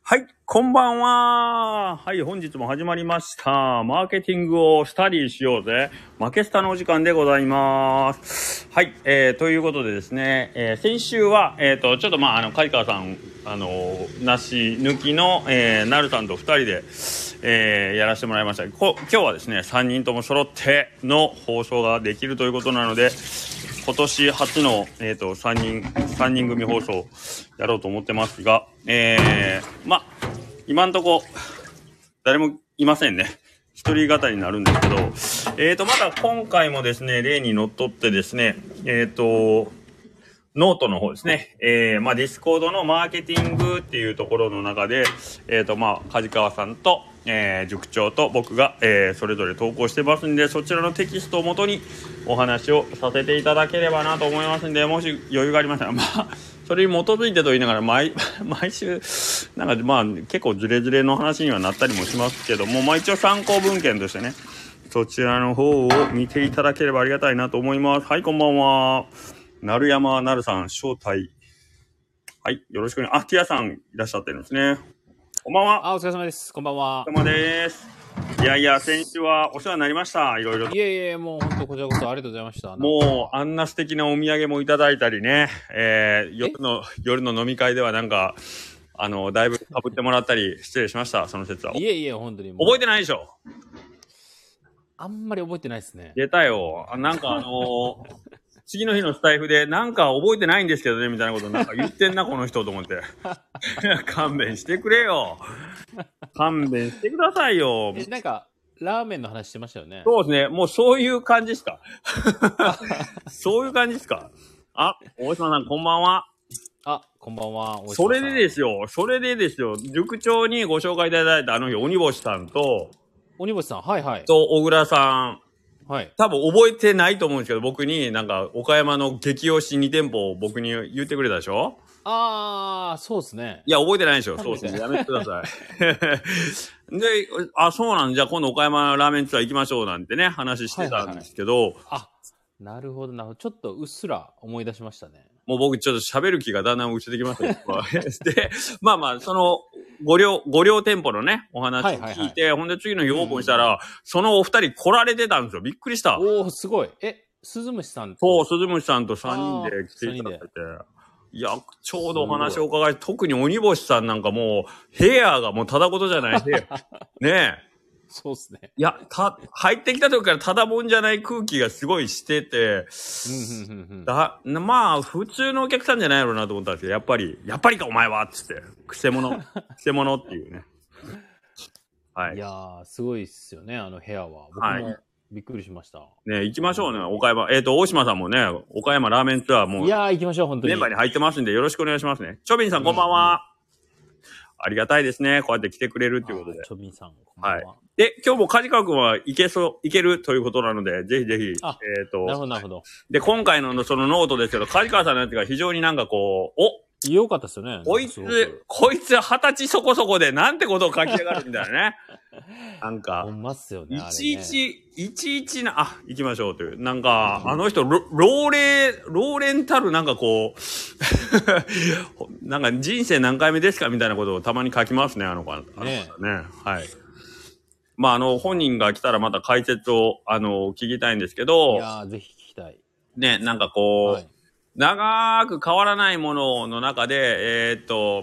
はい、こんばんは。はい、本日も始まりました。マーケティングをスタディしようぜ。マケスタのお時間でございます。はい、ということでですね、先週は、ちょっと梶川さん、なし抜きの、なるさんと2人で、やらせてもらいました。今日はですね、3人とも揃っての放送ができるということなので、今年初の、3人組放送やろうと思ってますが、今んとこ誰もいませんね。一人語りになるんですけど、まだ今回もですね、例にのっとってですね、ノートの方ですね、ディスコードのマーケティングっていうところの中で、梶川さんと、塾長と僕が、それぞれ投稿してますんで、そちらのテキストをもとにお話をさせていただければなと思いますんで、もし余裕がありましたら、それに基づいてと言いながら毎週なんか結構ズレズレの話にはなったりもしますけども、一応参考文献としてね、そちらの方を見ていただければありがたいなと思います。はい、こんばんは。鳴山なるさん招待。はい、よろしくね。ティアさんいらっしゃってるんですね。こんばんは。 お疲れ様です。こんばんは。 お疲れ様です。いや先週はお世話になりました。いろいろと。 いえ、もう本当こちらこそありがとうございました。 もうあんな素敵なお土産もいただいたりね。夜の飲み会ではなんかだいぶ被ってもらったり失礼しました。その説は。 いえ本当に覚えてないでしょ。 あんまり覚えてないですね。 出たよ。なんか次の日のスタイフでなんか覚えてないんですけどねみたいなことなんか言ってんなこの人と思って勘弁してくれよ。勘弁してくださいよ。 なんかラーメンの話してましたよね。 そうですね。もうそういう感じですか。そういう感じですか。大島さんこんばんは。 こんばんは。 それでですよ。塾長にご紹介いただいた鬼星さんと鬼星さん、はい。 と小倉さん。 はい。 多分覚えてないと思うんですけど、僕になんか岡山の激推し2店舗を僕に言ってくれたでしょ。 そうですね。 いや、覚えてないでしょ。そうですね。やめてください。で、そうなんじゃあ今度岡山ラーメンツアー行きましょうなんてね、話してたんですけど。 なるほど。ちょっとうっすら思い出しましたね。 もう僕ちょっと喋る気がだんだん落ちてきましたで、その、5両店舗のね、お話を聞いて、ほんで次の日オープンしたら、そのお二人来られてたんですよ。びっくりした。 すごい。鈴虫さんと。 そう、鈴虫さんと3人で来ていただいて。いや、ちょうどお話を伺い、特に鬼星さんなんかもう、ヘアがもうただことじゃないねえ。 そうですね。 いや、入ってきた時からただもんじゃない空気がすごいしてて、普通のお客さんじゃないやろうなと思ったんですけど、やっぱりかお前はっつって、くせ者っていうね。はい。 いやー、すごいっすよね、部屋は。僕もびっくりしました。 ね、行きましょうね、岡山。大島さんもね、岡山ラーメンツアーも。 いやー、行きましょう、本当に。 メンバーに入ってますんで、よろしくお願いしますね。チョビンさん、こんばんは。ありがたいですね。こうやって来てくれるっていうことで。 チョビンさん、こんばんは。 で、今日も梶川くんはいけるということなので、ぜひぜひ。 なるほど。 で、今回のそのノートですけど、梶川さんのやつが非常になんかこう、 良かったですよね。 こいつ20歳そこそこでなんてことを書き上がるみたいなね。なんか、 ほんまっすよね。 いちいち行きましょうという。なんか、あの人、老練たるなんかこう、なんか人生何回目ですかみたいなことをたまに書きますね、あの子は。ね。はい。本人が来たらまた解説を、聞きたいんですけど。 いやー、ぜひ聞きたい。 ね、なんかこう、長く変わらないものの中で、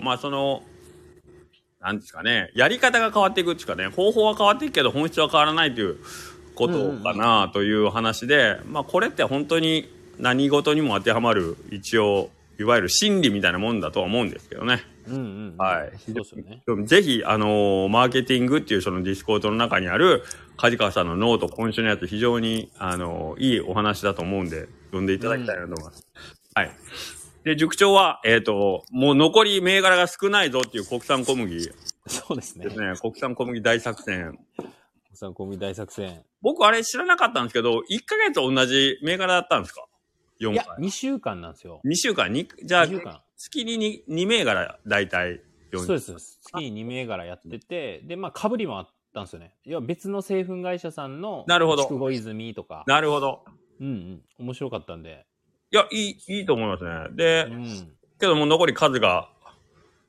なんですかね、やり方が変わっていくっていうかね、方法は変わっていくけど本質は変わらないということかなという話で、これって本当に何事にも当てはまる一応いわゆる心理みたいなもんだとは思うんですけどね。はい。 そうですよね。 ぜひマーケティングっていうそのディスコードの中にある梶川さんのノート今週のやつ非常にいいお話だと思うんで読んでいただきたいなと思います。はい。で、塾長は、もう残り銘柄が少ないぞっていう国産小麦。 そうですね。 国産小麦大作戦。 国産小麦大作戦。 僕あれ知らなかったんですけど、1ヶ月同じ銘柄だったんですか ?4 回。いや、 2週間なんですよ。 2週間じゃあ、月に 2銘柄大体そうです。月に2銘柄やってて、で、被りもあったんですよね。要は別の製粉会社さんの、筑後泉とか。 なるほど。 面白かったんで。 いや、いいと思いますね。で、けども残り数が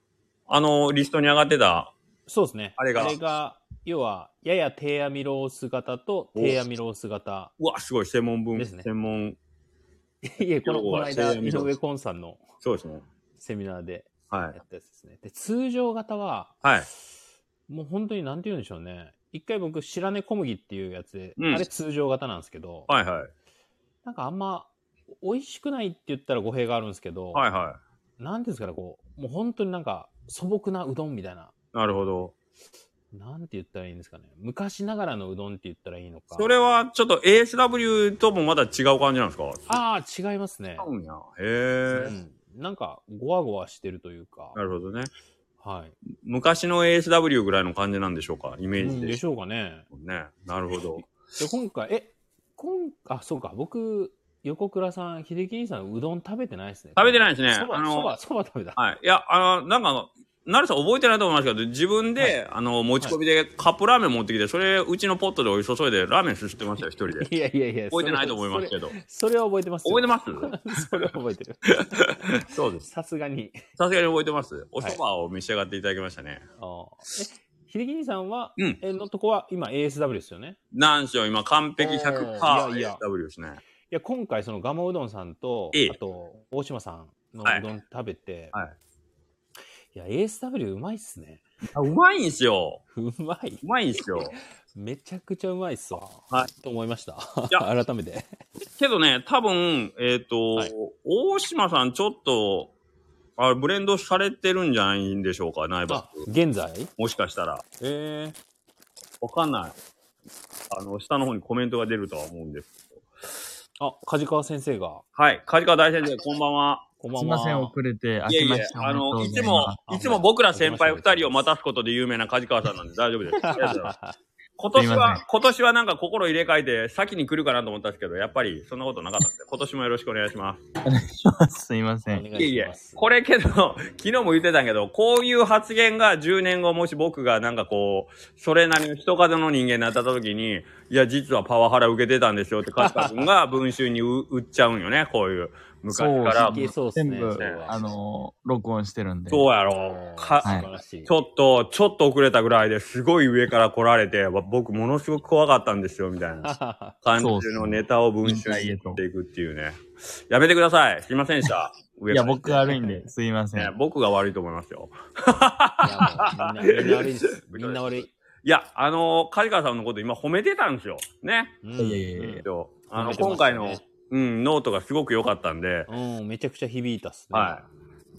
リストに上がってた。 そうですね。 あれが、 要は、やや低アミロース型と低アミロース型。 うわ、すごい、専門分。 ですね。 専門。 いえ、この間、井上コンさんの。 そうですね。 セミナーでやったやつですね。で、通常型は、 はい。 もう本当になんて言うんでしょうね。一回僕、白根小麦っていうやつで、 うん、 あれ通常型なんですけど、 はいはい。 なんかあんま、美味しくないって言ったら語弊があるんですけど、 はいはい。 なんていうんですかね、こう、もう本当になんか素朴なうどんみたいな。 なるほど。 なんて言ったらいいんですかね。昔ながらのうどんって言ったらいいのか。 それはちょっと ASW ともまだ違う感じなんですか？ ああ、違いますね。 違うんや。へえ、 なんか、ゴワゴワしてるというか。 なるほどね。 はい。 昔の ASW ぐらいの感じなんでしょうか、イメージで。 でしょうかね。 ね。なるほど。 で、今回、そうか、僕、横倉さん、秀樹兄さん、うどん食べてないですね。 食べてないですね。 そば食べた。 はい。いや、なんかなるさん覚えてないと思いますけど、自分で、持ち込みでカップラーメン持ってきて、それ、うちのポットでお湯注いでラーメンすすってましたよ、一人で。 いや。 覚えてないと思いますけど。 それは覚えてます。 覚えてますそれは覚えてる。 そうです。 さすがに覚えてます。お蕎麦を召し上がっていただきましたね。 秀樹兄さんは、のとこは、今 ASW ですよね。 なんしよ、今、完璧 100% ASW ですね。 いや、今回、そのガモうどんさんと、あと、大島さんのうどん食べて、いや、ASW うまいっすね。 うまいんすよ。 うまいんすよ。 めちゃくちゃうまいっすわ。と思いました。改めて。 けどね、多分、大島さんちょっと、ブレンドされてるんじゃないんでしょうか、ナイバー。現在もしかしたら。わかんない。下の方にコメントが出るとは思うんですけど。梶川先生が。 はい、梶川大先生、こんばんは。 こんばんは。 すいません、遅れて、 いつも僕ら先輩2人を待たすことで有名な梶川さんなんで大丈夫です。ありがとうございます。今年はなんか心入れ替えて先に来るかなと思ったんですけど、やっぱりそんなことなかったんで、今年もよろしくお願いします。 お願いします。すいません。 これけど、昨日も言ってたけど、こういう発言が10年後、もし僕がなんかこう、それなりの人数の人間になった時に、いや、実はパワハラ受けてたんですよって梶川君が文集に売っちゃうんよね、こういう。昔から全部、録音してるんで。 そうやろ。ちょっと遅れたぐらいですごい上から来られて、僕ものすごく怖かったんですよ、みたいな感じのネタを文章に言っていくっていうね。やめてください。すいませんでした。 いや、僕悪いんで、すいません。 僕が悪いと思いますよ。 みんな悪いです。みんな悪い。 いや、梶川さんのこと今褒めてたんですよ。ね。今回の、ノートがすごく良かったんで。 めちゃくちゃ響いたっすね。 はい。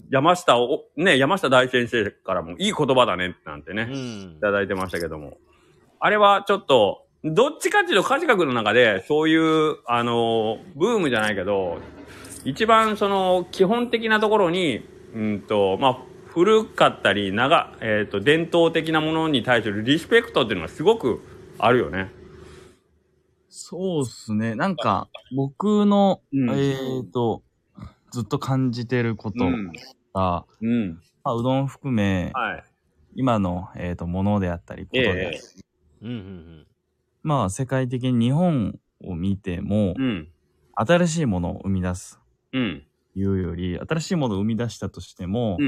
山下大先生からもいい言葉だねなんてね、いただいてましたけども。あれはちょっと、どっちかっていうと梶川君の中で、そういう、ブームじゃないけど、一番基本的なところに、古かったり、伝統的なものに対するリスペクトっていうのがすごくあるよね。 そうっすね。なんか、僕の、ずっと感じてることが、うどん含め、今の、ものであったり、ことであったり、世界的に日本を見ても、新しいものを生み出す。いうより、新しいものを生み出したとしても、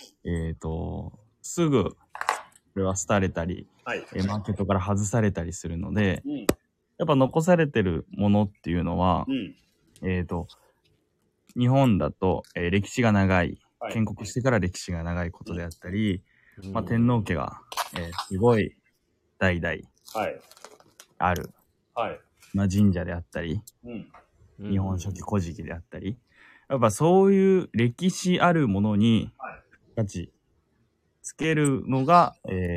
すぐ、これは廃れたり、マーケットから外されたりするので、やっぱ残されてるものっていうのは、日本だと、歴史が長い、建国してから歴史が長いことであったり、天皇家が、すごい代々ある、神社であったり、日本書紀古事記であったり、やっぱそういう歴史あるものに価値つけるのが、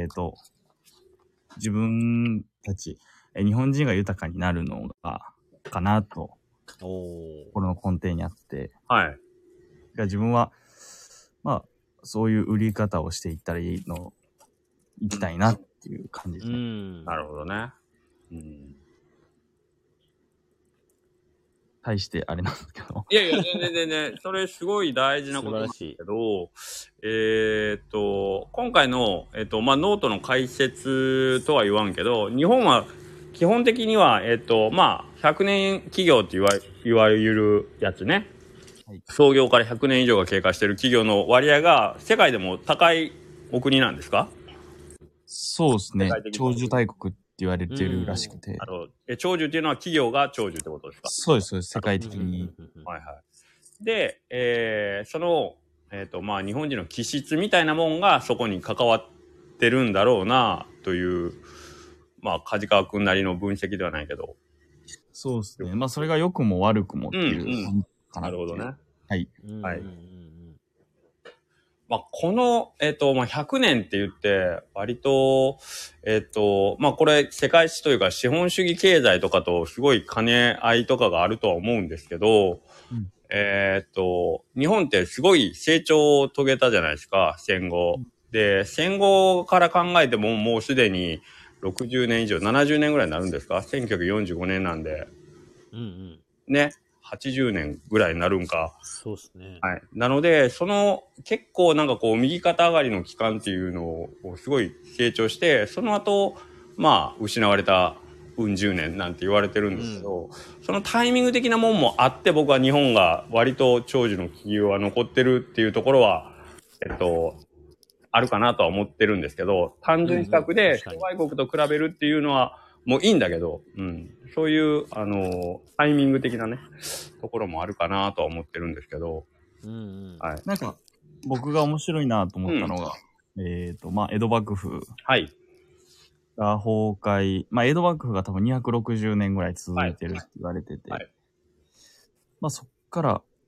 自分たち、日本人が豊かになるのが、かなと、この根底にあって、自分は、そういう売り方をしていったらいきたいなっていう感じですね。 なるほどね。 対してあれなんですけど。 いや、全然、それすごい大事なことなんですけど、今回の、ノートの解説とは言わんけど、日本は基本的には、100年企業っていわゆるやつね。創業から100年以上が経過している企業の割合が世界でも高いお国なんですか？ そうですね。長寿大国って言われてるらしくて。 長寿っていうのは企業が長寿ってことですか？ そうです、そうです。世界的に。 はいはい。で、その、まあ、日本人の気質みたいなもんがそこに関わってるんだろうな、という、まあ、梶川くんなりの分析ではないけど。 そうですね。まあ、それが良くも悪くもっていう。 なるほどね。 はい。 はい。まあ、この、まあ、100年って言って、割と、まあ、これ、世界史というか、資本主義経済とかとすごい兼ね合いとかがあるとは思うんですけど、日本ってすごい成長を遂げたじゃないですか、戦後。で、戦後から考えても、もうすでに60年以上、70年ぐらいになるんですか？ 1945 年なんで。ね。80年ぐらいになるんか。 そうですね。 はい。なので、結構なんかこう、右肩上がりの期間っていうのをすごい成長して、その後、まあ、失われたうん十年なんて言われてるんですけど、そのタイミング的なもんもあって、僕は日本が割と長寿の企業は残ってるっていうところは、あるかなとは思ってるんですけど、単純比較で諸外国と比べるっていうのはもういいんだけど、そういう、タイミング的なね、ところもあるかなとは思ってるんですけど、 はい。なんか、僕が面白いなと思ったのが、まあ、江戸幕府。 はい。 が崩壊。まあ、江戸幕府が多分260年ぐらい続いてるって言われてて。はい。まあ、そっから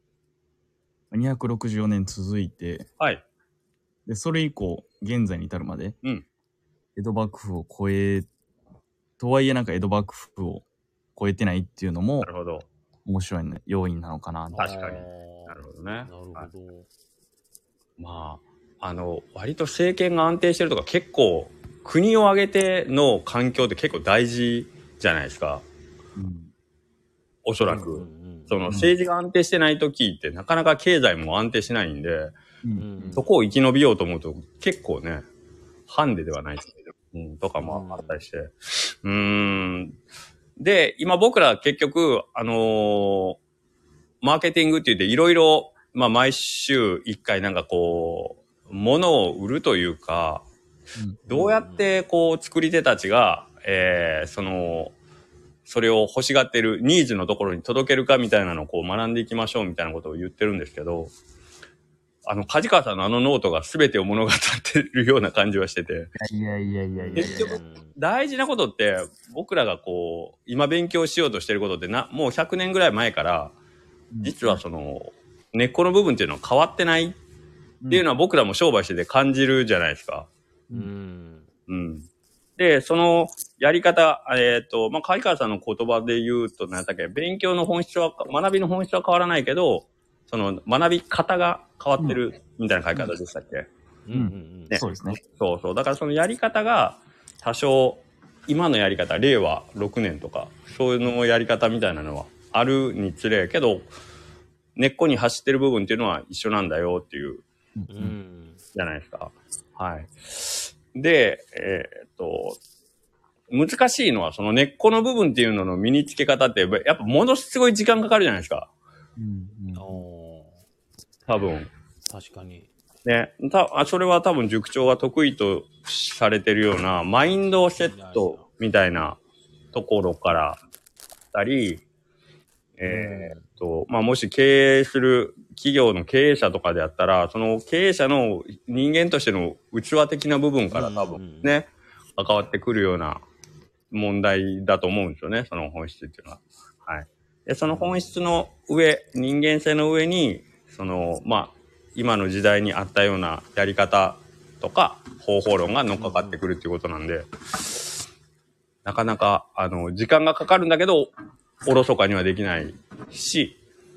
、264年続いて、 はい。 で、それ以降、現在に至るまで、江戸幕府を超え、とはいえなんか江戸幕府を超えてないっていうのも、 なるほど。 面白い、ね、要因なのかな。 確かに。なるほどね。なるほど。はい、まあ、割と政権が安定してるとか結構、国を挙げての環境って結構大事じゃないですか。おそらく。その政治が安定してない時ってなかなか経済も安定しないんで、そこを生き延びようと思うと結構ね、ハンデではないですけど、とかもあったりして。で、今僕ら結局、マーケティングって言っていろいろ、まあ毎週一回なんかこう、物を売るというか、どうやってこう作り手たちが、それを欲しがってるニーズのところに届けるかみたいなのをこう学んでいきましょうみたいなことを言ってるんですけど、梶川さんのノートが全てを物語ってるような感じはしてて。 いや。 結局、大事なことって、僕らがこう、今勉強しようとしてることってもう100年ぐらい前から、実は根っこの部分っていうのは変わってないっていうのは僕らも商売してて感じるじゃないですか。で、そのやり方、まあ、梶川さんの言葉で言うと、何だっけ、勉強の本質は、学びの本質は変わらないけど、その学び方が変わってるみたいな書き方でしたっけ？ そうですね。 そう。だからそのやり方が多少、今のやり方、令和6年とか、そういうのやり方みたいなのはあるにつれ、けど、根っこに走ってる部分っていうのは一緒なんだよっていう、じゃないですか。はい。で、難しいのはその根っこの部分っていうのの身につけ方って、やっぱものすごい時間かかるじゃないですか。多分。 確かに。 ね。それは多分塾長が得意とされてるようなマインドセットみたいなところからたり、まあ、もし経営する企業の経営者とかであったら、その経営者の人間としての器的な部分から多分ね、関わってくるような問題だと思うんですよね、その本質っていうのは。はい。で、その本質の上、人間性の上に、まあ、今の時代にあったようなやり方とか方法論が乗っかかってくるっていうことなんで、なかなか、時間がかかるんだけど、おろそかにはできないし、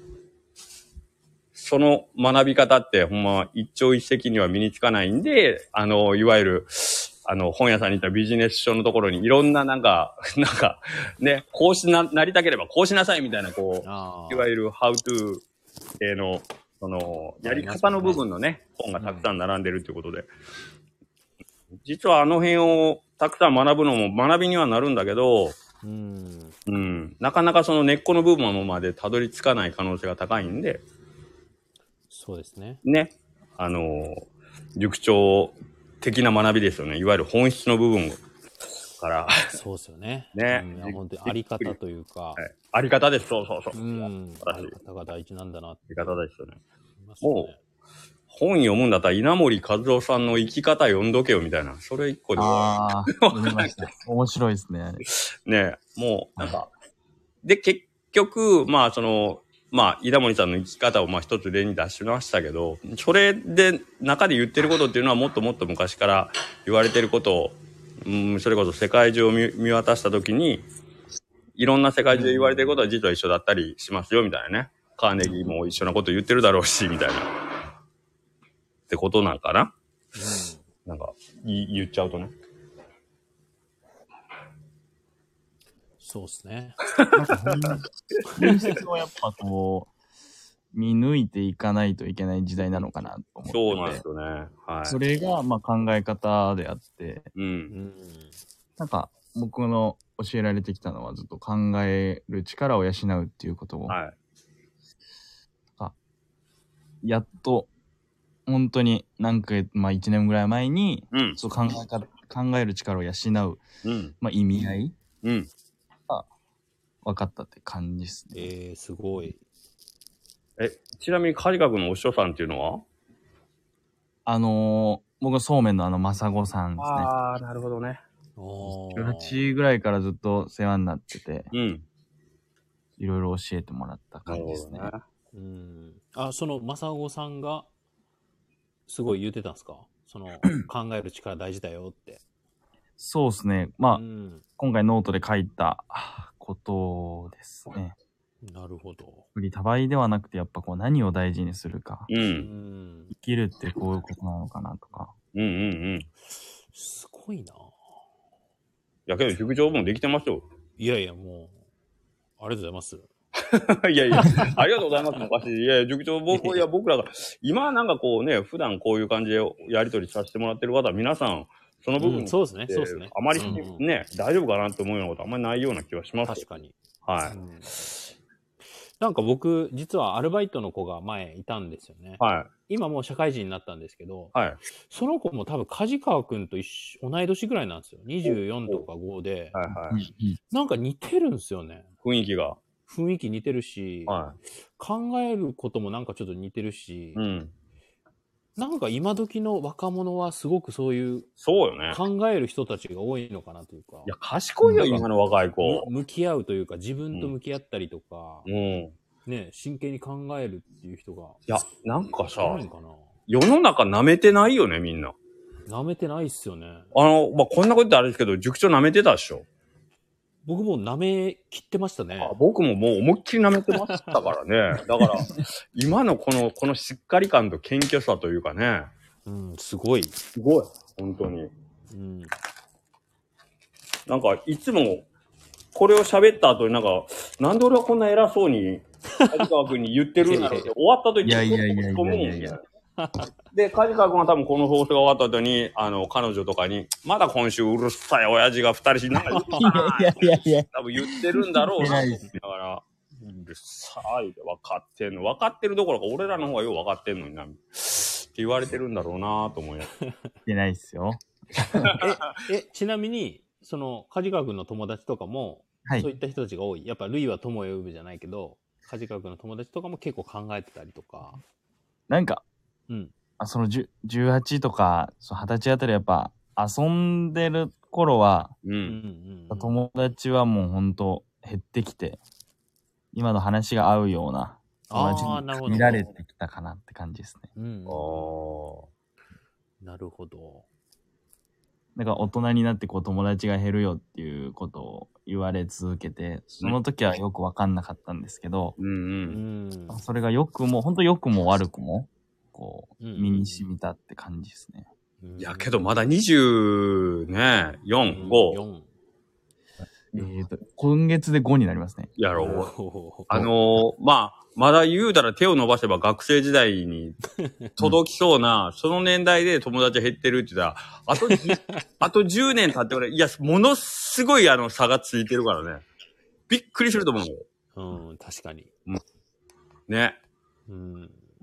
その学び方ってほんま一朝一夕には身につかないんで、いわゆる、本屋さんに行ったビジネス書のところにいろんななんか、ね、こうなりたければこうしなさいみたいな、こう、いわゆる how to 系の、やり方の部分のね、本がたくさん並んでるということで、実は辺をたくさん学ぶのも学びにはなるんだけど、なかなかその根っこの部分までたどり着かない可能性が高いんで、 そうですね。 ね、塾長的な学びですよね。いわゆる本質の部分から。 そうですよね。 ね。 いや本当にあり方というか。 はい、あり方です。そうそうそう。 あり方が大事なんだなって。 あり方ですよね。もう、本読むんだったら稲森和夫さんの生き方読んどけよみたいな。それ一個で。 ああ、読みました。面白いですね。 ねもう、なんか。で、結局、まあ、稲森さんの生き方を一つ例に出しましたけど、それで、中で言ってることっていうのはもっともっと昔から言われてることを、それこそ世界中を見渡したときに、いろんな世界中で言われてることは実は一緒だったりしますよ、みたいなね。カーネギーも一緒なこと言ってるだろうし、みたいな。ってことなんかな、なんか、言っちゃうとね。 そうっすね。 本質をやっぱこう、見抜いていかないといけない時代なのかなと思って。 そうなんですよね。はい。 それが考え方であって、なんか僕の教えられてきたのはずっと考える力を養うっていうことを、やっと本当に1年ぐらい前に、そう考える力を養う、意味合いが分かったって感じですね。 すごい。 ちなみにカリカ君のお師匠さんっていうのは僕はそうめんのマサゴさんですね。 ああ、なるほどね。 18ぐらいからずっと世話になってて、いろいろ教えてもらった感じですね。 そのマサゴさんがすごい言ってたんですか？その考える力大事だよって。 そうですね。今回ノートで書いたことですね。 なるほど。 多倍ではなくて、やっぱ何を大事にするか。生きるってこういうことなのかなとか。 すごいな。いやけど塾長もできてますよ。 いやいや、もう、ありがとうございます。 いやいや、ありがとうございます。おかしい。いや、塾長、僕らが、今なんかこうね、普段こういう感じでやりとりさせてもらってる方は皆さん、その部分、 そうですね、そうですね。 あまりね、大丈夫かなって思うようなことあんまりないような気はします。 確かに。 はい。 なんか僕、実はアルバイトの子が前いたんですよね。 はい。 今もう社会人になったんですけど、 はい。 その子も多分梶川くんと同い年ぐらいなんですよ。24とか5で。 はいはい。 なんか似てるんですよね。 雰囲気が。 雰囲気似てるし、考えることもなんかちょっと似てるし、なんか今時の若者はすごくそういう、 そうよね。 考える人たちが多いのかなというか。 いや、賢いよ、今の若い子。 向き合うというか、自分と向き合ったりとか、ね、真剣に考えるっていう人が。 いや、なんかさ、世の中舐めてないよね、みんな。 舐めてないっすよね。 こんなことってあれですけど、塾長舐めてたでしょ。 僕も舐め切ってましたね。 僕ももう思いっきり舐めてましたからね。だから、今のこのしっかり感と謙虚さというかね。 すごい。 すごい。本当に。なんか、いつも、これを喋った後になんで俺はこんな偉そうに、梶川君に言ってるんだろうって、終わった時に、で、梶川君は多分この放送が終わった後に、彼女とかに、まだ今週うるさい親父が二人しながら、多分言ってるんだろうな、だから、うるさいで分かってんの。分かってるどころか、俺らの方がよう分かってんのにな、って言われてるんだろうなと思います。 出ないっすよ。 ちなみに、その、梶川君の友達とかも、そういった人たちが多い。やっぱ、類は友を呼ぶじゃないけど、梶川君の友達とかも結構考えてたりとか。 なんか、その18とか20歳あたりやっぱ遊んでる頃は、友達はもうほんと減ってきて、今の話が合うような友達に見られてきたかなって感じですね。 なるほど。 なんか大人になって友達が減るよっていうことを言われ続けて、その時はよくわかんなかったんですけど、それが本当良くも悪くも、身に染みたって感じですね。 いや、けどまだ24、5。 今月で5になりますね。 やろう。まだ言うたら手を伸ばせば学生時代に届きそうな、その年代で友達減ってるって言ったら、あと10年経って俺、いや、ものすごい差がついてるからね。びっくりすると思うよ。 確かに。 ね。もう、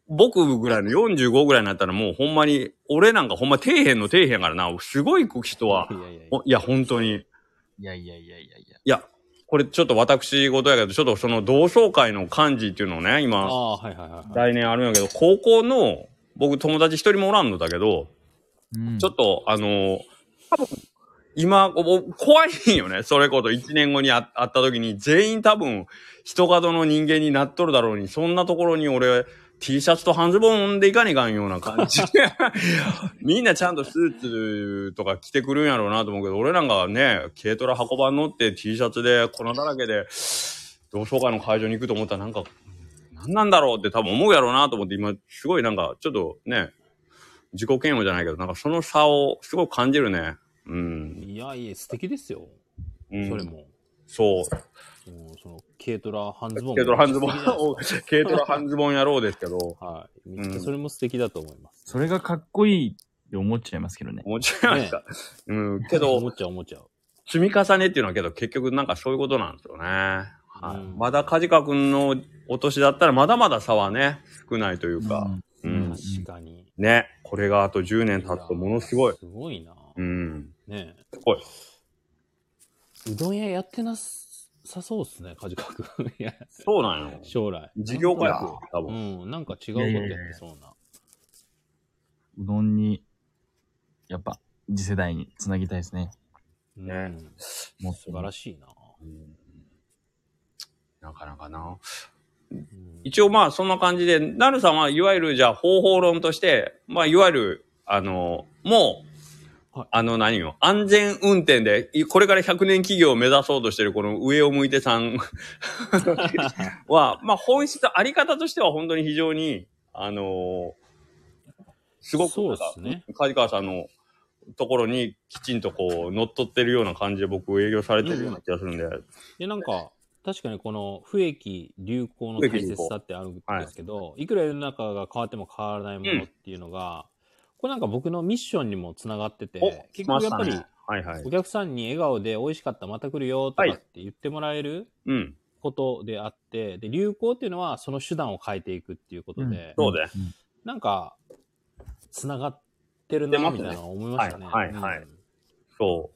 僕ぐらいの45ぐらいになったらもうほんまに、俺なんかほんま底辺の底辺やからな、すごい行く人は、いや、本当に。 いや。いや、これちょっと私事やけど、ちょっとその同窓会の幹事っていうのをね、今、来年あるんやけど、高校の、僕友達一人もおらんのだけど、ちょっと、多分、今、怖いよね。それこそ1年後に会った時に、全員多分、人角の人間になっとるだろうに、そんなところに俺、T シャツと半ズボンでいかにいかんような感じ。みんなちゃんとスーツとか着てくるんやろうなと思うけど、俺なんかね、軽トラ運ばん乗って T シャツで粉だらけで、同窓会の会場に行くと思ったらなんか、何なんだろうって多分思うやろうなと思って、今、すごいなんか、ちょっとね、自己嫌悪じゃないけど、なんかその差をすごく感じるね。うん。 いや、素敵ですよ。それも。 そう。 その軽トラ半ズボン。 軽トラ半ズボン野郎ですけど。 はい。それも素敵だと思います。 それがかっこいいって思っちゃいますけどね。 思っちゃいますか。けど、 思っちゃう。 積み重ねっていうのはけど結局なんかそういうことなんですよね。はい。まだ梶川くんのお年だったらまだまだ差はね、少ないというか。 確かに。 ね。これがあと10年経つとものすごい。 すごいな。 ね。すごい。 うどん屋やってなさそうっすね、梶川くん。 そうなんよ。 将来。 事業家や多分。なんか違うことやってそうな。 うどんに、やっぱ、次世代につなぎたいですね。 ね。もう素晴らしいな。 なかなかな。一応まあそんな感じで、なるさんはいわゆるじゃあ方法論として、まあいわゆる、もう、何よ、安全運転で、これから100年企業を目指そうとしてるこの上を向いてさんは、まあ本質、あり方としては本当に非常に、すごく、 そうですね。 梶川さんのところにきちんとこう乗っ取ってるような感じで僕営業されてるような気がするんで。 で、なんか、確かにこの不益流行の大切さってあるんですけど、いくら世の中が変わっても変わらないものっていうのが、これなんか僕のミッションにもつながってて、結局やっぱり、お客さんに笑顔で美味しかった、また来るよとかって言ってもらえることであって、で、流行っていうのはその手段を変えていくっていうことで、 そうで。 なんか、つながってるな、みたいなのを思いましたね。 そう。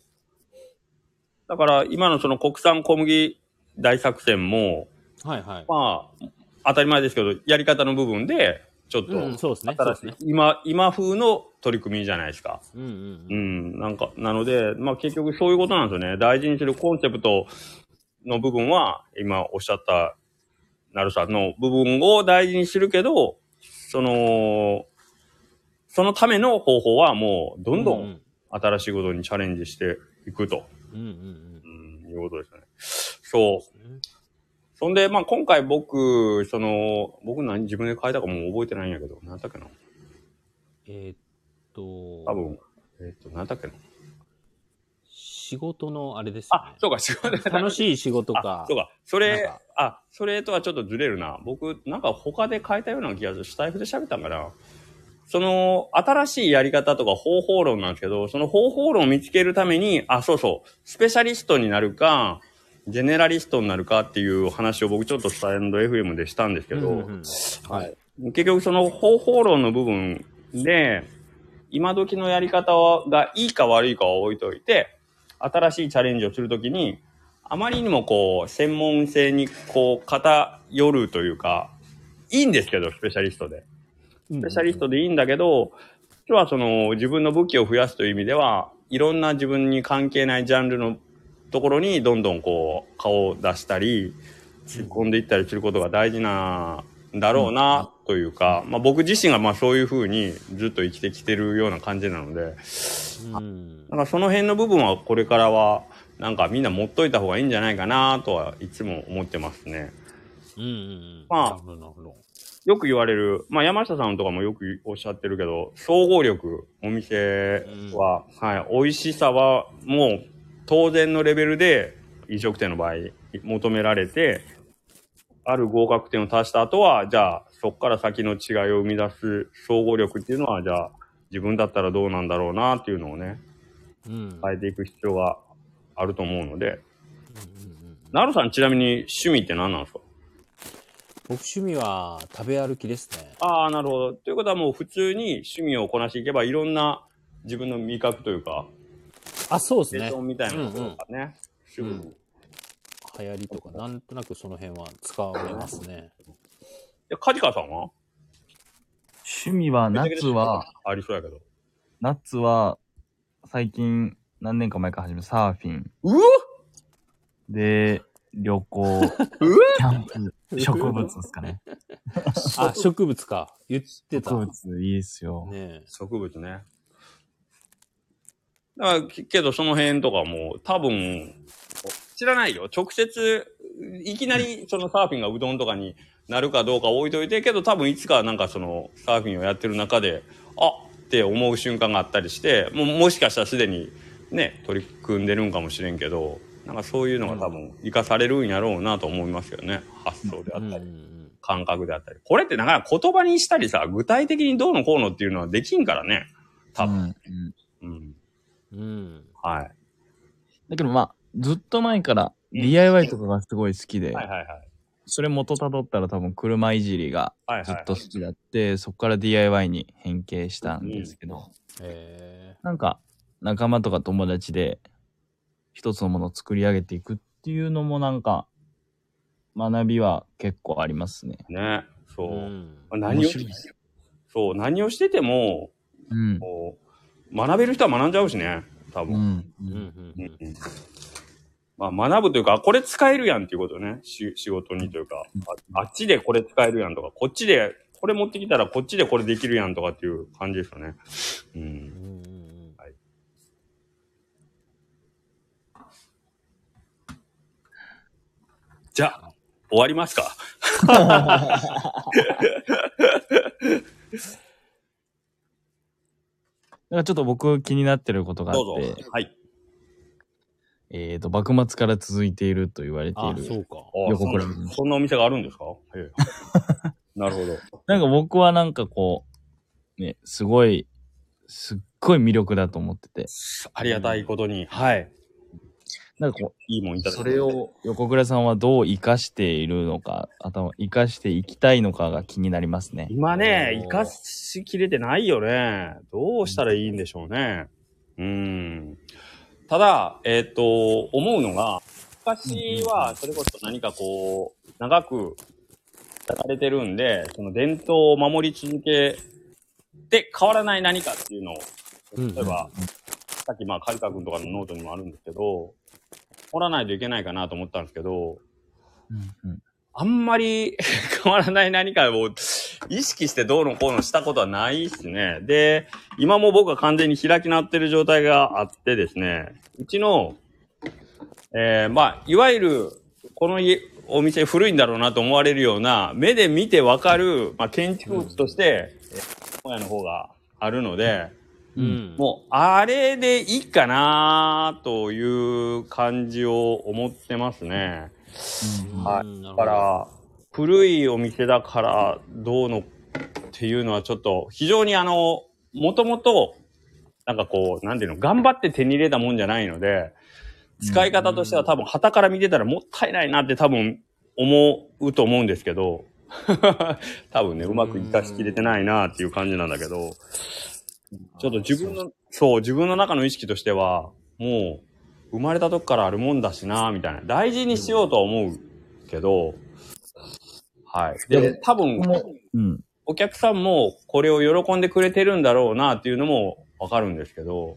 だから今のその国産小麦大作戦も、まあ、当たり前ですけど、やり方の部分で、ちょっと、 そうですね。 今風の取り組みじゃないですか。なんか、なので、まあ結局そういうことなんですよね。大事にするコンセプトの部分は、今おっしゃった、なるさんの部分を大事にするけど、そのための方法はもう、どんどん新しいことにチャレンジしていくと。いうことですね。そう。そんで、まあ今回僕何自分で書いたかもう覚えてないんやけど、何だっけな。多分、何だっけな。 仕事のあれですよね。 そうか、仕事楽しい仕事か。 そうか。それとはちょっとずれるな。僕、なんか他で書いたような気がする。スタイフで喋ったんかな。その、新しいやり方とか方法論なんですけど、その方法論を見つけるために、スペシャリストになるか、ジェネラリストになるかっていう話を僕ちょっとスタンド FM でしたんですけど、結局その方法論の部分で、今時のやり方がいいか悪いかは置いといて、新しいチャレンジをするときに、あまりにもこう、専門性にこう、偏るというか、いいんですけど、スペシャリストで。スペシャリストでいいんだけど、今日はその自分の武器を増やすという意味では、いろんな自分に関係ないジャンルのところにどんどんこう顔を出したり、突っ込んでいったりすることが大事なんだろうなというか、まあ僕自身がまあそういうふうにずっと生きてきてるような感じなので、なんかその辺の部分はこれからはなんかみんな持っといた方がいいんじゃないかなとはいつも思ってますね。まあ、よく言われる、まあ山下さんとかもよくおっしゃってるけど、総合力、お店は、美味しさはもう当然のレベルで飲食店の場合求められて、ある合格点を足した後は、じゃあそこから先の違いを生み出す総合力っていうのは、じゃあ自分だったらどうなんだろうなっていうのをね、変えていく必要があると思うので、なるさんちなみに趣味って何なんですか？ 僕趣味は食べ歩きですね。 ああ、なるほど。ということはもう普通に趣味をこなしていけば、いろんな自分の味覚というか、 あ、そうですね。 みたいなことかね。 流行りとか、なんとなくその辺は使われますね。 梶川さんは趣味は、夏は、 ありそうやけど。 夏は、最近、何年か前から始めたサーフィン。で、旅行、キャンプ、植物ですかね。 あ、植物か。言ってた。 植物いいですよ。 ね、植物ね。だからけどその辺とかも多分知らないよ。直接いきなりそのサーフィンがうどんとかになるかどうか置いといて、けど多分いつかなんかそのサーフィンをやってる中でって思う瞬間があったりして、もしかしたらすでにね取り組んでるんかもしれんけど、なんかそういうのが多分生かされるんやろうなと思いますけどね。発想であったり、感覚であったり。これってなかなか言葉にしたりさ、具体的にどうのこうのっていうのはできんからね。多分。はい。 だけどまあ、ずっと前から DIY とかがすごい好きで、それ元たどったら多分車いじりがずっと好きだって、そこから DIY に変形したんですけど、なんか仲間とか友達で一つのものを作り上げていくっていうのもなんか学びは結構ありますね。 ね、そう。何をしてても、学べる人は学んじゃうしね、多分。まあ学ぶというか、これ使えるやんっていうことね。仕事にというか、あっちでこれ使えるやんとか、こっちでこれ持ってきたらこっちでこれできるやんとかっていう感じですよね。はい。じゃあ、終わりますか。 ちょっと僕気になってることがあって。どうぞ。はい。幕末から続いていると言われている。 そうか。 横倉。 そんなお店があるんですか？なるほど。 なんか僕はなんかこう、ね、すっごい魅力だと思ってて。 ありがたいことに。はい。 なんかこう、 いいもんいただきそれを横倉さんはどう活かしているのか、活かしていきたいのかが気になりますね。 今ね、活かしきれてないよね。どうしたらいいんでしょうね。ただ、思うのが、昔はそれこそ何かこう、長くやられてるんで、その伝統を守り続けて変わらない何かっていうのを、例えば、さっきカリカ君とかのノートにもあるんですけど、掘らないといけないかなと思ったんですけど、あんまり変わらない何かを意識してどうのこうのしたことはないですね。で、今も僕は完全に開き直ってる状態があってですね、うちの、いわゆる、このお店古いんだろうなと思われるような、目で見てわかる、建築物として、本屋の方があるので、もう、あれでいいかなという感じを思ってますね。はい。だから、古いお店だからどうのっていうのはちょっと、非常にもともと、なんかこう、なんていうの、頑張って手に入れたもんじゃないので、使い方としては多分、旗から見てたらもったいないなって多分、思うと思うんですけど、多分ね、うまく活かしきれてないなっていう感じなんだけど、ちょっと自分の中の意識としては、もう、生まれた時からあるもんだしな、みたいな。大事にしようとは思うけど、はい。で、多分、お客さんもこれを喜んでくれてるんだろうなっていうのもわかるんですけど、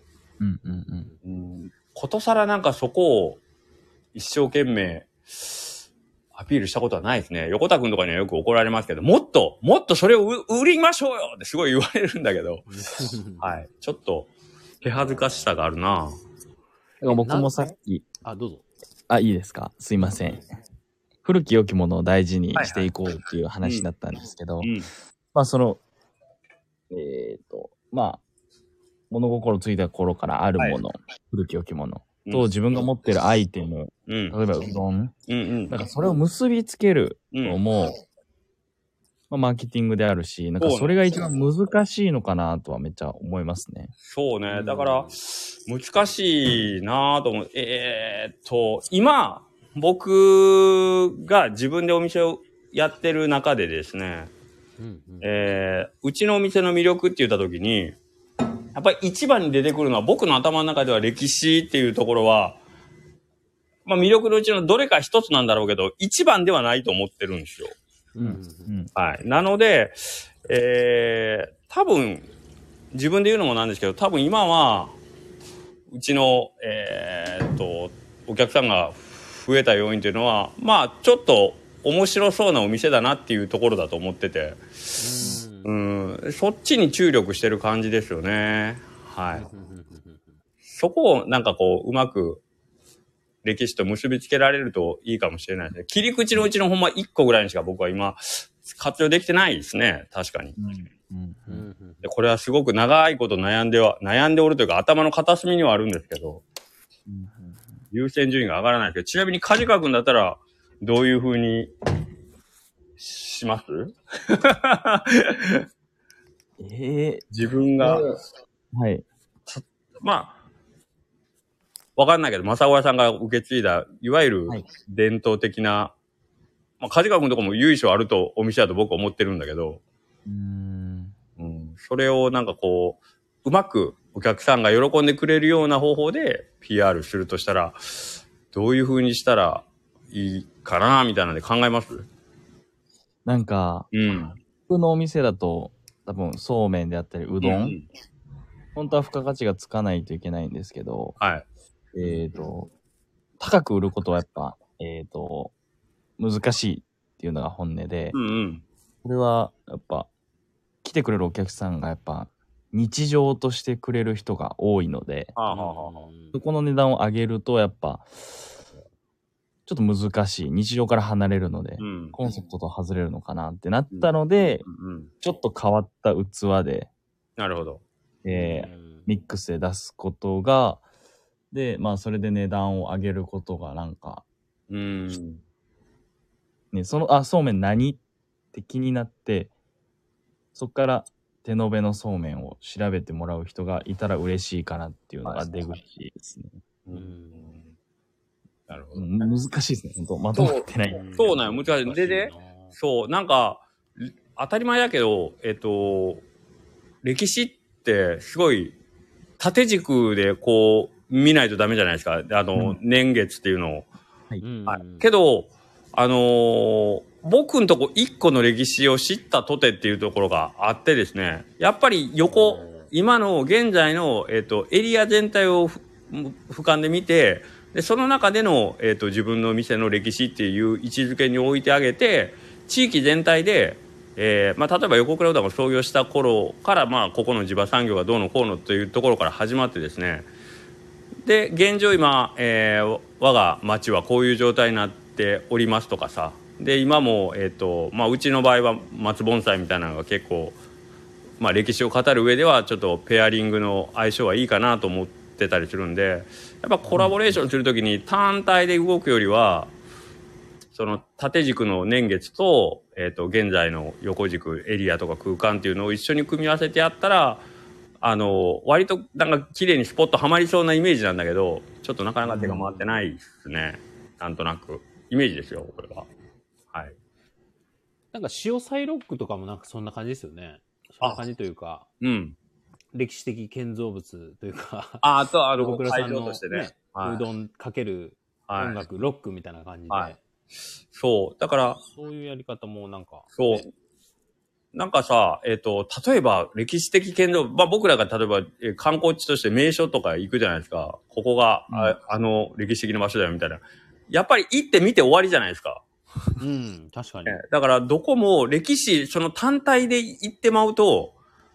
ことさらなんかそこを一生懸命アピールしたことはないですね。横田くんとかにはよく怒られますけど、もっとそれを売りましょうよってすごい言われるんだけど、はい。ちょっと、手恥ずかしさがあるな。 僕もさっき。 どうぞ。 いいですか？すいません。古き良きものを大事にしていこうっていう話だったんですけど、物心ついた頃からあるもの、古き良きものと自分が持ってるアイテム、例えばうどん、なんかそれを結びつけるのも、マーケティングであるし、なんかそれが一番難しいのかなとはめっちゃ思いますね。 そうね。だから、難しいなぁと思う。今、僕が自分でお店をやってる中でですね、うちのお店の魅力って言った時に、やっぱり一番に出てくるのは、僕の頭の中では歴史っていうところは、まあ魅力のうちのどれか一つなんだろうけど、一番ではないと思ってるんですよ。はい。なので、多分、自分で言うのもなんですけど、多分今は、うちの、お客さんが増えた要因というのは、まあ、ちょっと面白そうなお店だなっていうところだと思ってて、そっちに注力してる感じですよね。はい。そこをなんかこう、うまく歴史と結びつけられるといいかもしれないですね。切り口のうちのほんま1個ぐらいにしか僕は今、活用できてないですね。確かに。でこれはすごく長いこと悩んでおるというか、頭の片隅にはあるんですけど、優先順位が上がらないけど、ちなみに梶川君だったら、どういう風にします自分が、 はい。 まあ、わかんないけど、正親さんが受け継いだ、いわゆる伝統的な、まあ、梶川君とかも由緒あるとお店だと僕は思ってるんだけど、それをなんかこう、うまくお客さんが喜んでくれるような方法で PR するとしたら、どういう風にしたらいいかなみたいなので考えます？ なんか、僕のお店だと、多分そうめんであったりうどん、本当は付加価値がつかないといけないんですけど、高く売ることはやっぱ、難しいっていうのが本音で、これはやっぱ来てくれるお客さんがやっぱ日常としてくれる人が多いので、そこの値段を上げるとやっぱちょっと難しい、日常から離れるので、コンセプトと外れるのかなってなったので、ちょっと変わった器で、 なるほど。 ミックスで出すことが、で、まあそれで値段を上げることがなんか、ね、そうめん何って気になって、そっから手延べのそうめんを調べてもらう人がいたら嬉しいかなっていうのが出口ですね。 なるほど。 難しいですね、本当まとまってない。 そうなんよ、難しい。で、そう、なんか、当たり前だけど、歴史ってすごい縦軸でこう見ないとダメじゃないですか。年月っていうのを。けど、僕んとこ一個の歴史を知ったとてっていうところがあってですね、やっぱり今の現在の、エリア全体を俯瞰で見て、でその中での、自分の店の歴史っていう位置づけに置いてあげて、地域全体で、まあ、例えば横倉うどんが創業した頃から、まあ、ここの地場産業がどうのこうのというところから始まってですね、で現状今、我が町はこういう状態になっておりますとかさ、で今も、まあ、うちの場合は松盆栽みたいなのが結構、まあ、歴史を語る上ではちょっとペアリングの相性はいいかなと思ってたりするんで、やっぱコラボレーションするときに単体で動くよりは、その縦軸の年月と、現在の横軸エリアとか空間っていうのを一緒に組み合わせてやったら、割となんか綺麗にスポットはまりそうなイメージなんだけど、ちょっとなかなか手が回ってないですね。なんとなくイメージですよ、これは。はい。 なんか潮サロックとかもなんかそんな感じですよね。そんな感じというか、歴史的建造物というか、 あと横倉さんの、 としてね、 うどんかける音楽、ロックみたいな感じで、 そうだからそういうやり方もなんか、 そうなんかさ、例えば歴史的建造、まあ僕らが例えば観光地として名所とか行くじゃないですか。ここが、歴史的な場所だよみたいな。やっぱり行ってみて終わりじゃないですか。 確かに。 だからどこも歴史、その単体で行ってまうと、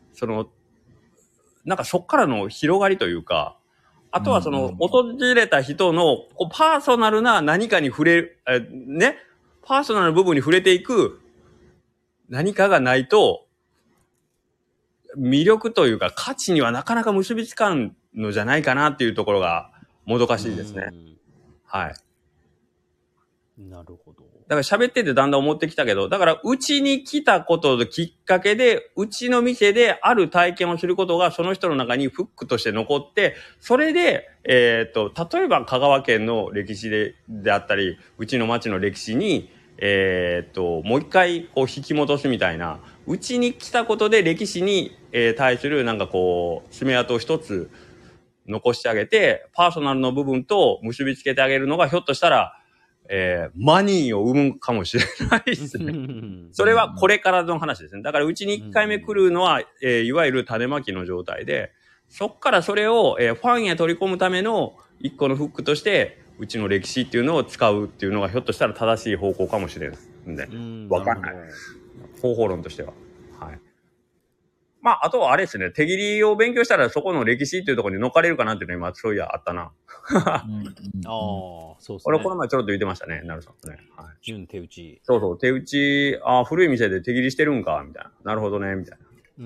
なんかそっからの広がりというか、あとはその訪れた人のこうパーソナルな何かに触れる、パーソナルな部分に触れていく何かがないと、魅力というか価値にはなかなか結びつかんのじゃないかなっていうところがもどかしいですね。はい。 なるほど。 だから喋っててだんだん思ってきたけど、だからうちに来たことのきっかけで、うちの店である体験をすることがその人の中にフックとして残って、それで、例えば香川県の歴史であったり、うちの町の歴史に、 もう一回こう引き戻すみたいな、うちに来たことで歴史に、対するなんかこう爪痕を一つ残してあげて、パーソナルの部分と結びつけてあげるのがひょっとしたら、マニーを生むかもしれないですね。それはこれからの話ですね。だからうちに1回目来るのは、いわゆる種まきの状態で、そっからそれを、ファンへ取り込むための一個のフックとして、うちの歴史っていうのを使うっていうのがひょっとしたら正しい方向かもしれないんで、わかんない。方法論としては。はい。まあ、あとはあれですね、手切りを勉強したらそこの歴史っていうところに乗っかれるかなっていうのは今、そういやあったな。 ああ、そうですね。 俺この前ちょろっと言ってましたね、なるさんとね。はい。 純手打ち。 そうそう、手打ち、古い店で手切りしてるんか、みたいな。なるほどね、みたいな。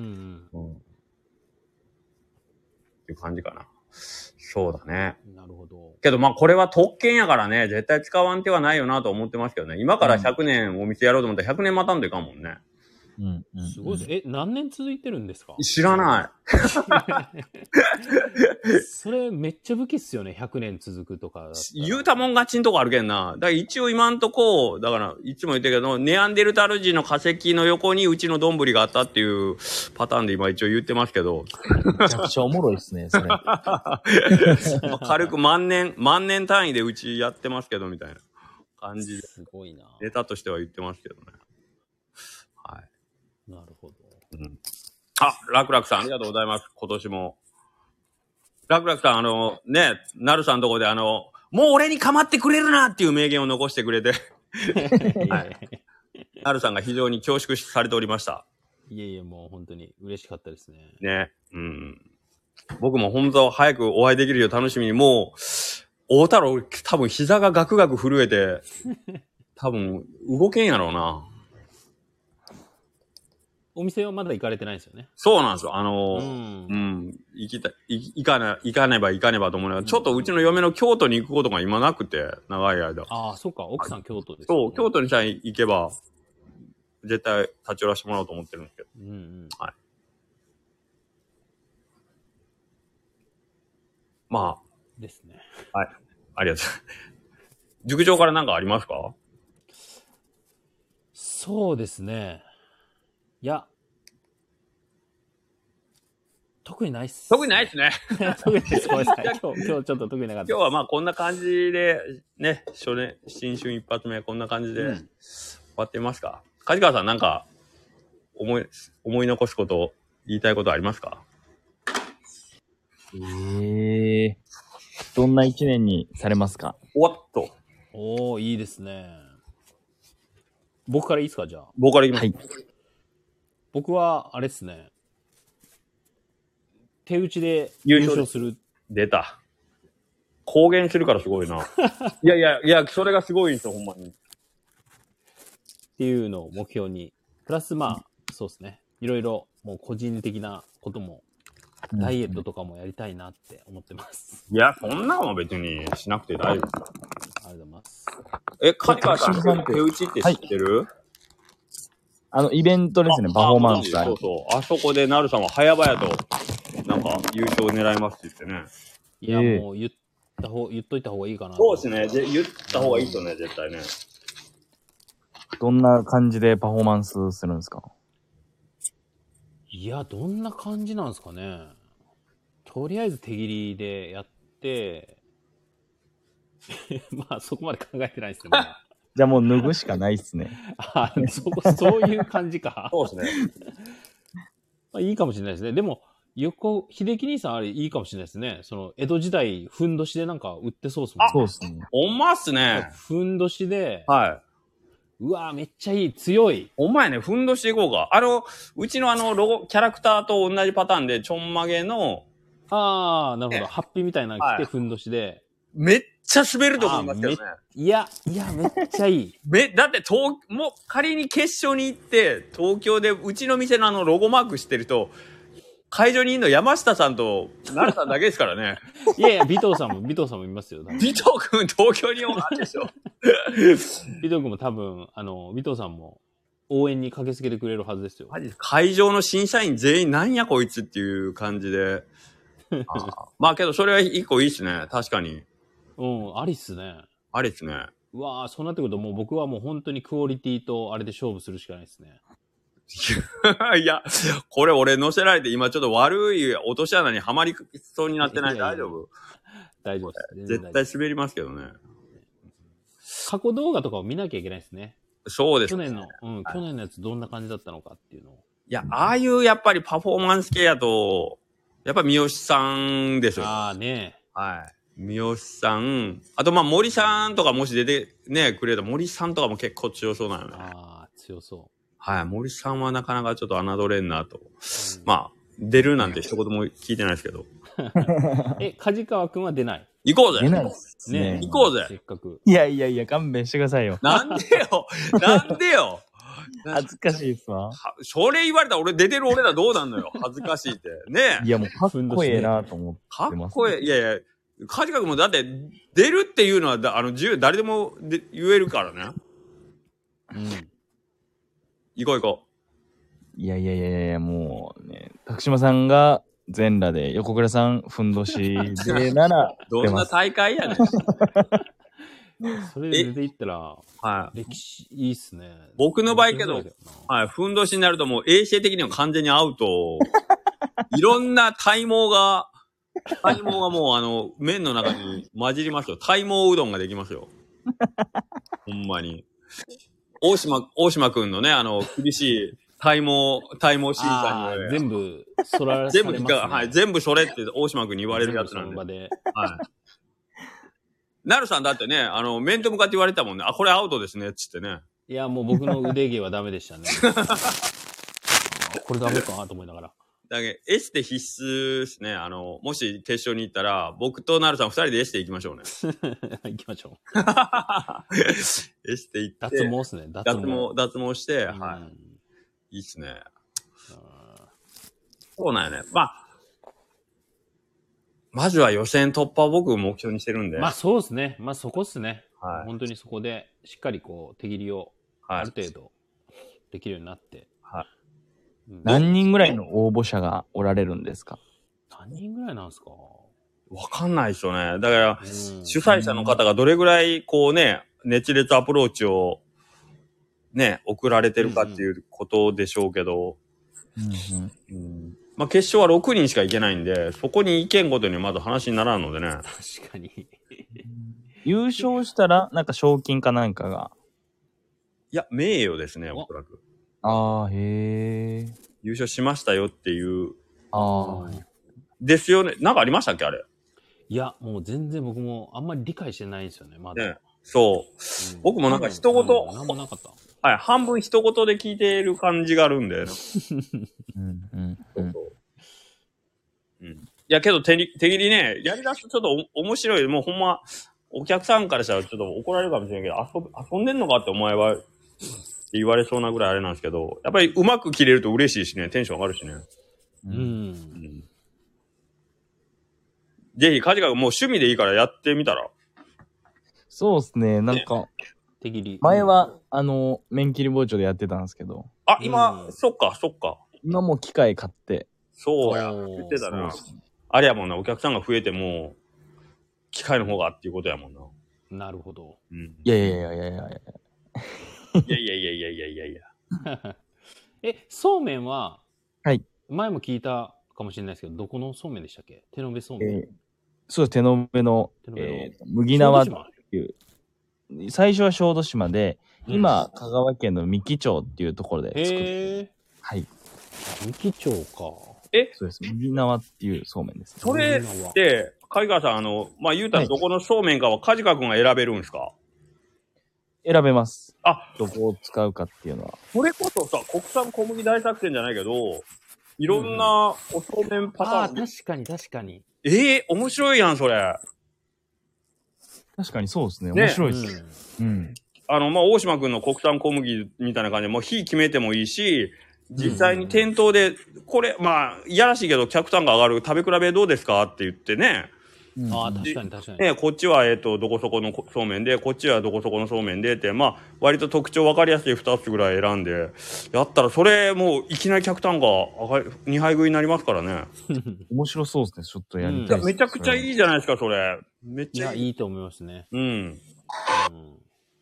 っていう感じかな。そうだね。 なるほど。 けどまあこれは特権やからね、絶対使わん手はないよなと思ってますけどね。今から100年お店やろうと思ったら100年待たんといかんもんね。 すごいです。何年続いてるんですか？ 知らない。 それめっちゃ武器っすよね、100年続くとか。 言うたもん勝ちんとこあるけんな。だから一応今んとこ、だからいつも言ってるけど、ネアンデルタル人の化石の横にうちのどんぶりがあったっていうパターンで今一応言ってますけど。 めちゃくちゃおもろいっすね、それ。 軽く万年単位でうちやってますけど、みたいな感じで。 すごいな。 ネタとしては言ってますけどね。はい。 なるほど。 ラクラクさんありがとうございます。今年も。ラクラクさん、ね、なるさんのとこでもう俺に構ってくれるなっていう名言を残してくれて。はい。なるさんが非常に恐縮されておりました。 いえいえ、もう本当に嬉しかったですね。 ね。僕も本当早くお会いできるよう楽しみに、もう、大太郎多分膝がガクガク震えて、多分動けんやろうな。 お店はまだ行かれてないんですよね。 そうなんですよ。行かねばと思うのが、ちょっとうちの嫁の京都に行くことが今なくて、長い間。 ああ、そうか、奥さん京都です、ね。 そう、京都にさえ行けば、絶対立ち寄らせてもらおうと思ってるんですけど。はい。まあ。 ですね。 はい。ありがとうございます。塾長から何かありますか？ そうですね。いや、特にないっす。 特にないっすね。 特にないっす。ごめんなさい。今日ちょっと特になかった。 今日はまあこんな感じで、ね、新春一発目こんな感じで終わってみますか。梶川さんなんか思い残すこと、言いたいことありますか？ どんな一年にされますか？ おっと。 おー、いいですね。僕からいいですか、じゃあ。 僕からいきます。はい。 僕は、あれですね。手打ちで優勝する。 出た。公言するからすごいな。いや、それがすごいんですよ、ほんまに。 っていうのを目標に。プラスまあ、そうですね。いろいろ、もう個人的なことも、ダイエットとかもやりたいなって思ってます。 いや、そんなのは別にしなくて大丈夫です。 ありがとうございます。 梶川さん、手打ちって知ってる？ イベントですね、パフォーマンス。 そうそう。あそこでなるさんは早々と、なんか優勝を狙いますって言ってね。 いや、もう言っといた方がいいかな。 そうですね。言った方がいいですよね、絶対ね。 どんな感じでパフォーマンスするんですか？ いや、どんな感じなんですかね。とりあえず手切りでやって、まあそこまで考えてないですね。 じゃあもう脱ぐしかないっすね。 そういう感じか。 そうですね。 まあいいかもしれないですね。でも、秀樹兄さんあれいいかもしれないですね。その、江戸時代、ふんどしでなんか売ってそうっすもんね。 そうっすね。 ほんまっすね。 ふんどしで、 はい。 うわぁ、めっちゃいい、強い。 お前ね、ふんどしでいこうか。うちのロゴ、キャラクターと同じパターンで、ちょんまげの、 なるほど。ハッピーみたいなの着て、ふんどしで。 めっちゃ滑ると思いますけどね。 いや、めっちゃいい。 だってもう仮に決勝に行って、東京でうちの店のロゴマークしてると、会場にいるの山下さんと奈良さんだけですからね。 いや、尾藤さんもいますよ。 尾藤くん東京にもあるでしょ。 尾藤くんも多分、尾藤さんも応援に駆けつけてくれるはずですよ。 会場の審査員全員なんやこいつっていう感じで。まあけどそれは一個いいっすね。確かに。 ありっすね。 ありっすね。 うわぁ、そうなってくるともう僕はもう本当にクオリティとあれで勝負するしかないですね。 いや、これ俺乗せられて今ちょっと悪い落とし穴にはまりそうになってない？大丈夫？ 大丈夫です。 絶対滑りますけどね。 過去動画とかを見なきゃいけないですね。 そうです。 去年のやつどんな感じだったのかっていうのを。 いや、ああいうやっぱりパフォーマンス系やと、やっぱ三好さんでしょ。 ああね。 はい。三好さん。あとまあ森さんとかもし出てね、くれた森さんとかも結構強そうなのね。 ああ、強そう。 はい。森さんはなかなかちょっと侮れんなと。まあ、出るなんて一言も聞いてないですけど。 梶川くんは出ない？ 行こうぜ。 出ないっすね。 行こうぜ。 せっかく。 いやいやいや、勘弁してくださいよ。 なんでよ。なんでよ。 恥ずかしいっすわ。 それ言われたら出てる俺らどうなんのよ。恥ずかしいって。ねえ。 いやもうかっこええなと思ってます。 かっこええ。いやいや、梶川くんもだって出るっていうのは自由、誰でも言えるからね。 うん。 行こう行こう。いや、もうね、拓島さんが全裸で、横倉さんふんどしでなら、 どんな大会やねん。 それで出ていったら、 はい。 歴史いいっすね。 僕の場合けど、はい、ふんどしになるともう衛生的には完全にアウト。いろんな体毛がもう麺の中に混じりますよ。体毛うどんができますよ。ほんまに。大島くんのね、厳しい体毛審査に。 全部、そられますね。 はい、全部それって大島くんに言われるやつなんで。はい。なるさんだってね、面と向かって言われたもんね。あ、これアウトですね、つってね。 いや、もう僕の腕毛はダメでしたね。これダメかなと思いながら。 だけどエステ必須ですね。もし決勝に行ったら、僕となるさん二人でエステ行きましょうね。 行きましょう。エステ行って。 脱毛っすね。 脱毛して、はい。いいっすね。そうなんよね。まずは予選突破を僕目標にしてるんで。 まあそうですね。まあそこっすね。 はい。 本当にそこで、しっかりこう、手切りを、ある程度、できるようになって。 はい。 何人ぐらいの応募者がおられるんですか？ 何人ぐらいなんですか？ わかんないですよね。だから、主催者の方がどれぐらい、こうね、熱烈アプローチを、ね、送られてるかっていうことでしょうけど、まあ決勝は6人しか行けないんで、そこに行けんことにはまだ話にならんのでね。 確かに。 優勝したら、なんか賞金かなんかが。 いや、名誉ですね、おそらく。 ああ、へえ。 優勝しましたよっていう。 ああ。 ですよね。なんかありましたっけ、あれ。 いや、もう全然僕もあんまり理解してないんですよね、まだ。 ね、そう。僕もなんか一言、 なんもなかった。 はい、半分一言で聞いてる感じがあるんで。いや、けど手切りね、やりだすとちょっと面白い。もうほんま、お客さんからしたらちょっと怒られるかもしれないけど、遊んでんのかってお前は、って言われそうなぐらいあれなんですけど、やっぱりうまく切れると嬉しいしね、テンション上がるしね。ぜひ、カジカがもう趣味でいいからやってみたら。 そうですね、なんか、 手切り。 前は、面切り包丁でやってたんですけど。 あ、今、そっか。 今もう機械買って。 そうや、言ってたな。あれやもんな、お客さんが増えても、機械の方がっていうことやもんな。 なるほど。 いや。 そうめんは、 はい。 前も聞いたかもしれないですけど、どこのそうめんでしたっけ？手延べそうめん。 そうです、手延べの、麦縄っていう。最初は小豆島で、今、香川県の三木町っていうところで作って。はい。 三木町か。 そうです。麦縄っていうそうめんです、ね。 それって、貝川さん、まあ、言うたらどこのそうめんかは、カジカ君が選べるんですか？ 選べます。 あ、 どこを使うかっていうのは。 それこそさ、国産小麦大作戦じゃないけど、いろんなおそうめんパターン。 あ、確かに。 面白いやん、それ。 確かにそうですね。面白いですね。 まあ、大島くんの国産小麦みたいな感じで、もう火決めてもいいし、実際に店頭で、これ、まあ、いやらしいけど、客単価上がる、食べ比べどうですかって言ってね。 ああ、確かに。 ね、こっちは、どこそこのそうめんで、こっちはどこそこのそうめんでって、まあ、割と特徴分かりやすい2つぐらい選んで、やったら、それ、もう、いきなり客単価2杯食いになりますからね。 面白そうですね、ちょっとやりたい。 めちゃくちゃいいじゃないですか、それ。めっちゃいいと思いますね。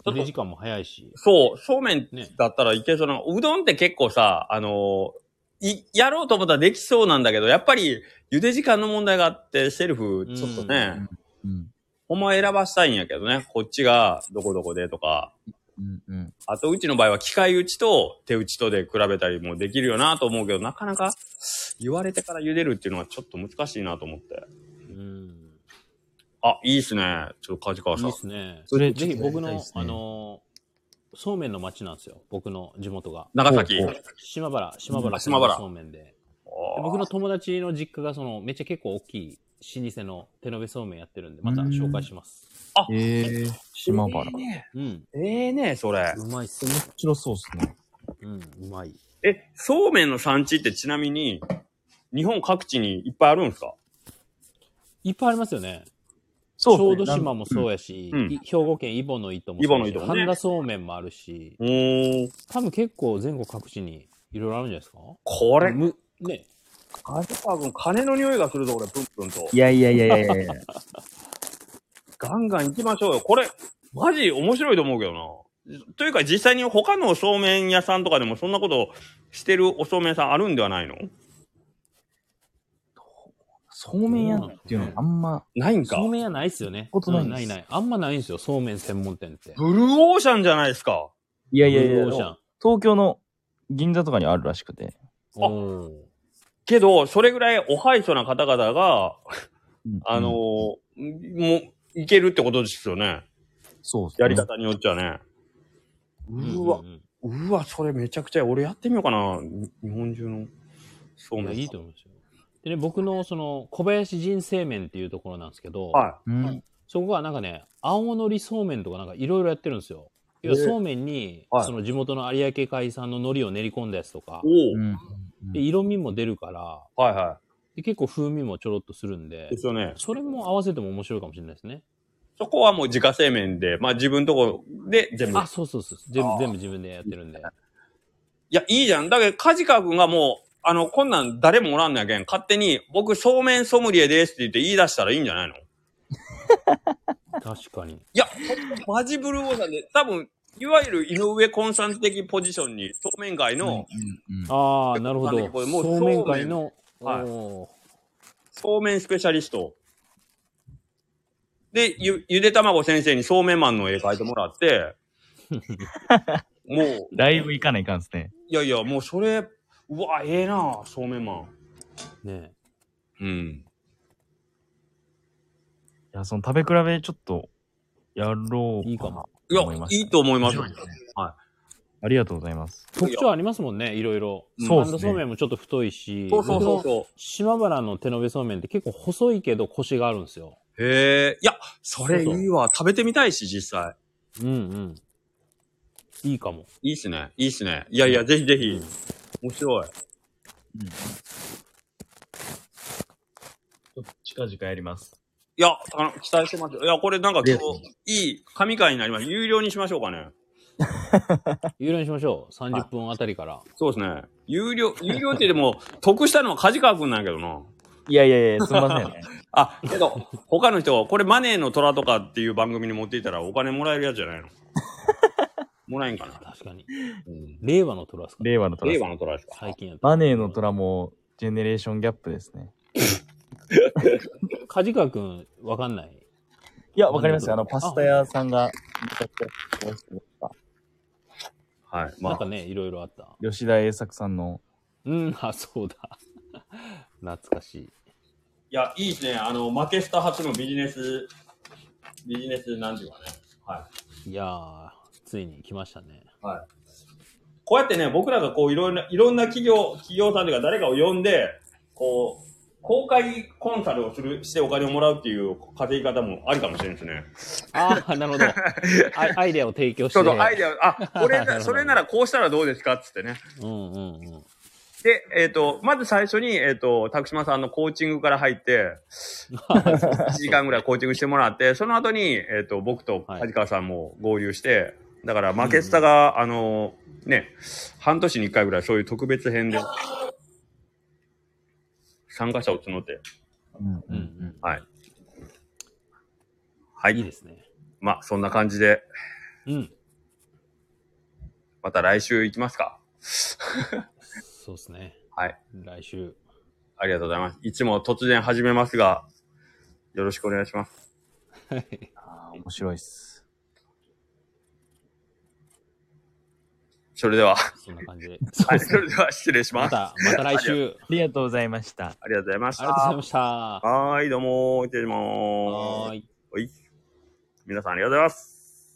茹で時間も早いし。 そう、そうめんだったらいけそうな、うどんって結構さ、やろうと思ったらできそうなんだけど、やっぱり茹で時間の問題があって、シェルフ、ちょっとね、ほんま選ばしたいんやけどね、こっちがどこどこでとか。あと、うちの場合は機械打ちと手打ちとで比べたりもできるよなと思うけど、なかなか言われてから茹でるっていうのはちょっと難しいなと思って。あ、いいっすね。ちょっと梶川さん。 いいっすね。それ、ぜひ僕の、そうめんの町なんですよ。僕の地元が。 長崎。 島原そうめんで。僕の友達の実家がめっちゃ結構大きい老舗の手延べそうめんやってるんで、また紹介します。 あ、島原。 ねそれ。 うまいっす。 面白そうっすね。 うまい。 そうめんの産地ってちなみに、日本各地にいっぱいあるんですか？ いっぱいありますよね。 そう小豆島もそうやし、兵庫県揖保の糸もそうやし、半田そうめんもあるし、多分結構全国各地にいろいろあるんじゃないですか？ これね。 梶川君、金の匂いがするぞ、俺、プンプンと。 いや。 ガンガン行きましょうよ。これ、マジ面白いと思うけどな。というか、実際に他のそうめん屋さんとかでもそんなことしてるおそうめん屋さんあるんではないの？ そうめん屋っていうのあんま、 ないんか。 そうめん屋ないっすよね。ない。あんまないんですよ、そうめん専門店って。 ブルーオーシャンじゃないですか。 いや。東京の銀座とかにあるらしくて。 けど、それぐらいおはいそな方々が、もう、いけるってことですよね。 そうやり方によっちゃね。うわ、それめちゃくちゃ、俺やってみようかな。日本中の。そうめん。 いいと思いますよ。でね、僕の小林人製麺っていうところなんですけど、そこがなんかね、青のりそうめんとかなんかいろいろやってるんですよ。要はそうめんに、地元の有明海産の海苔を練り込んだやつとか、で色味も出るから、で結構風味もちょろっとするんで、 ですよね。 それも合わせても面白いかもしれないですね。 そこはもう自家製麺で、まあ自分とこで全部。 そう。全部自分でやってるんで。 いや、いいじゃん。だけど、梶川くんがもう、こんなん誰もおらんのやけん、勝手に、僕、そうめんソムリエですって言って言い出したらいいんじゃないの？ 確かに。 いや、マジブルーオーシャンで、多分、いわゆる井上コンサン的ポジションに、そうめん界の、 なるほど。そうめん界の、 そうめんスペシャリスト。で、ゆで卵先生にそうめんマンの絵描いてもらって、もう。 だいぶ行かないかんですね。 いや、もうそれ、うわ、ええなそうめんマン。 ねえ。いや、その食べ比べちょっと、やろうかな。 いや、いいと思います。 ありがとうございます。 特徴ありますもんね、いろいろ。 そうですね。 そうめんもちょっと太いし、 そう。 島原の手延べそうめんって結構細いけどコシがあるんですよ。 へえ。いや、それいいわ。食べてみたいし、実際。 いいかも。 いいっすね。いや、ぜひぜひ。面白い。 近々やります。 いや、期待してますよ。いや、これなんか今日、いい神回になります。有料にしましょうかね。 有料にしましょう。30分あたりから。 そうですね。有料って言っても、得したのは梶川くんなんやけどな。 いや、すみませんね。 けど、他の人は、これマネーの虎とかっていう番組に持っていたらお金もらえるやつじゃないの？もらえんかな？ 確かに。令和の虎ですか？ 令和の虎ですか？ 最近やった。 マネーの虎も、ジェネレーションギャップですね。 梶川くん、わかんない？ いや、わかりますよ。パスタ屋さんが、 はい。 なんかね、いろいろあった。 吉田栄作さんの。 そうだ。懐かしい。 いや、いいですね。負けスタ初のビジネスなんていうかね。はい。 いやー、ついに来ましたね。 はい。こうやってね、僕らがこういろんな企業さんというか誰かを呼んで、こう、公開コンサルをしてお金をもらうっていう稼ぎ方もありかもしれないですね。 なるほど。アイデアを提供して。 そう、アイデア、それならこうしたらどうですかっつってね。で、まず最初に、拓島さんのコーチングから入って、1時間ぐらいコーチングしてもらって、その後に、僕と梶川さんも合流して、だから、負けスタが、半年に1回ぐらいそういう特別編で、参加者を募って。はい。 いいですね。 まあ、そんな感じで。 また来週行きますか。 そうですね。 はい。 来週。 ありがとうございます。いつも突然始めますが、よろしくお願いします。 はい。面白いっす。 それでは。 そんな感じで。 はい、それでは失礼します。 また来週。 ありがとうございました。 ありがとうございました。 ありがとうございました。 はい、どうも、失礼します。 はい。 皆さんありがとうございます。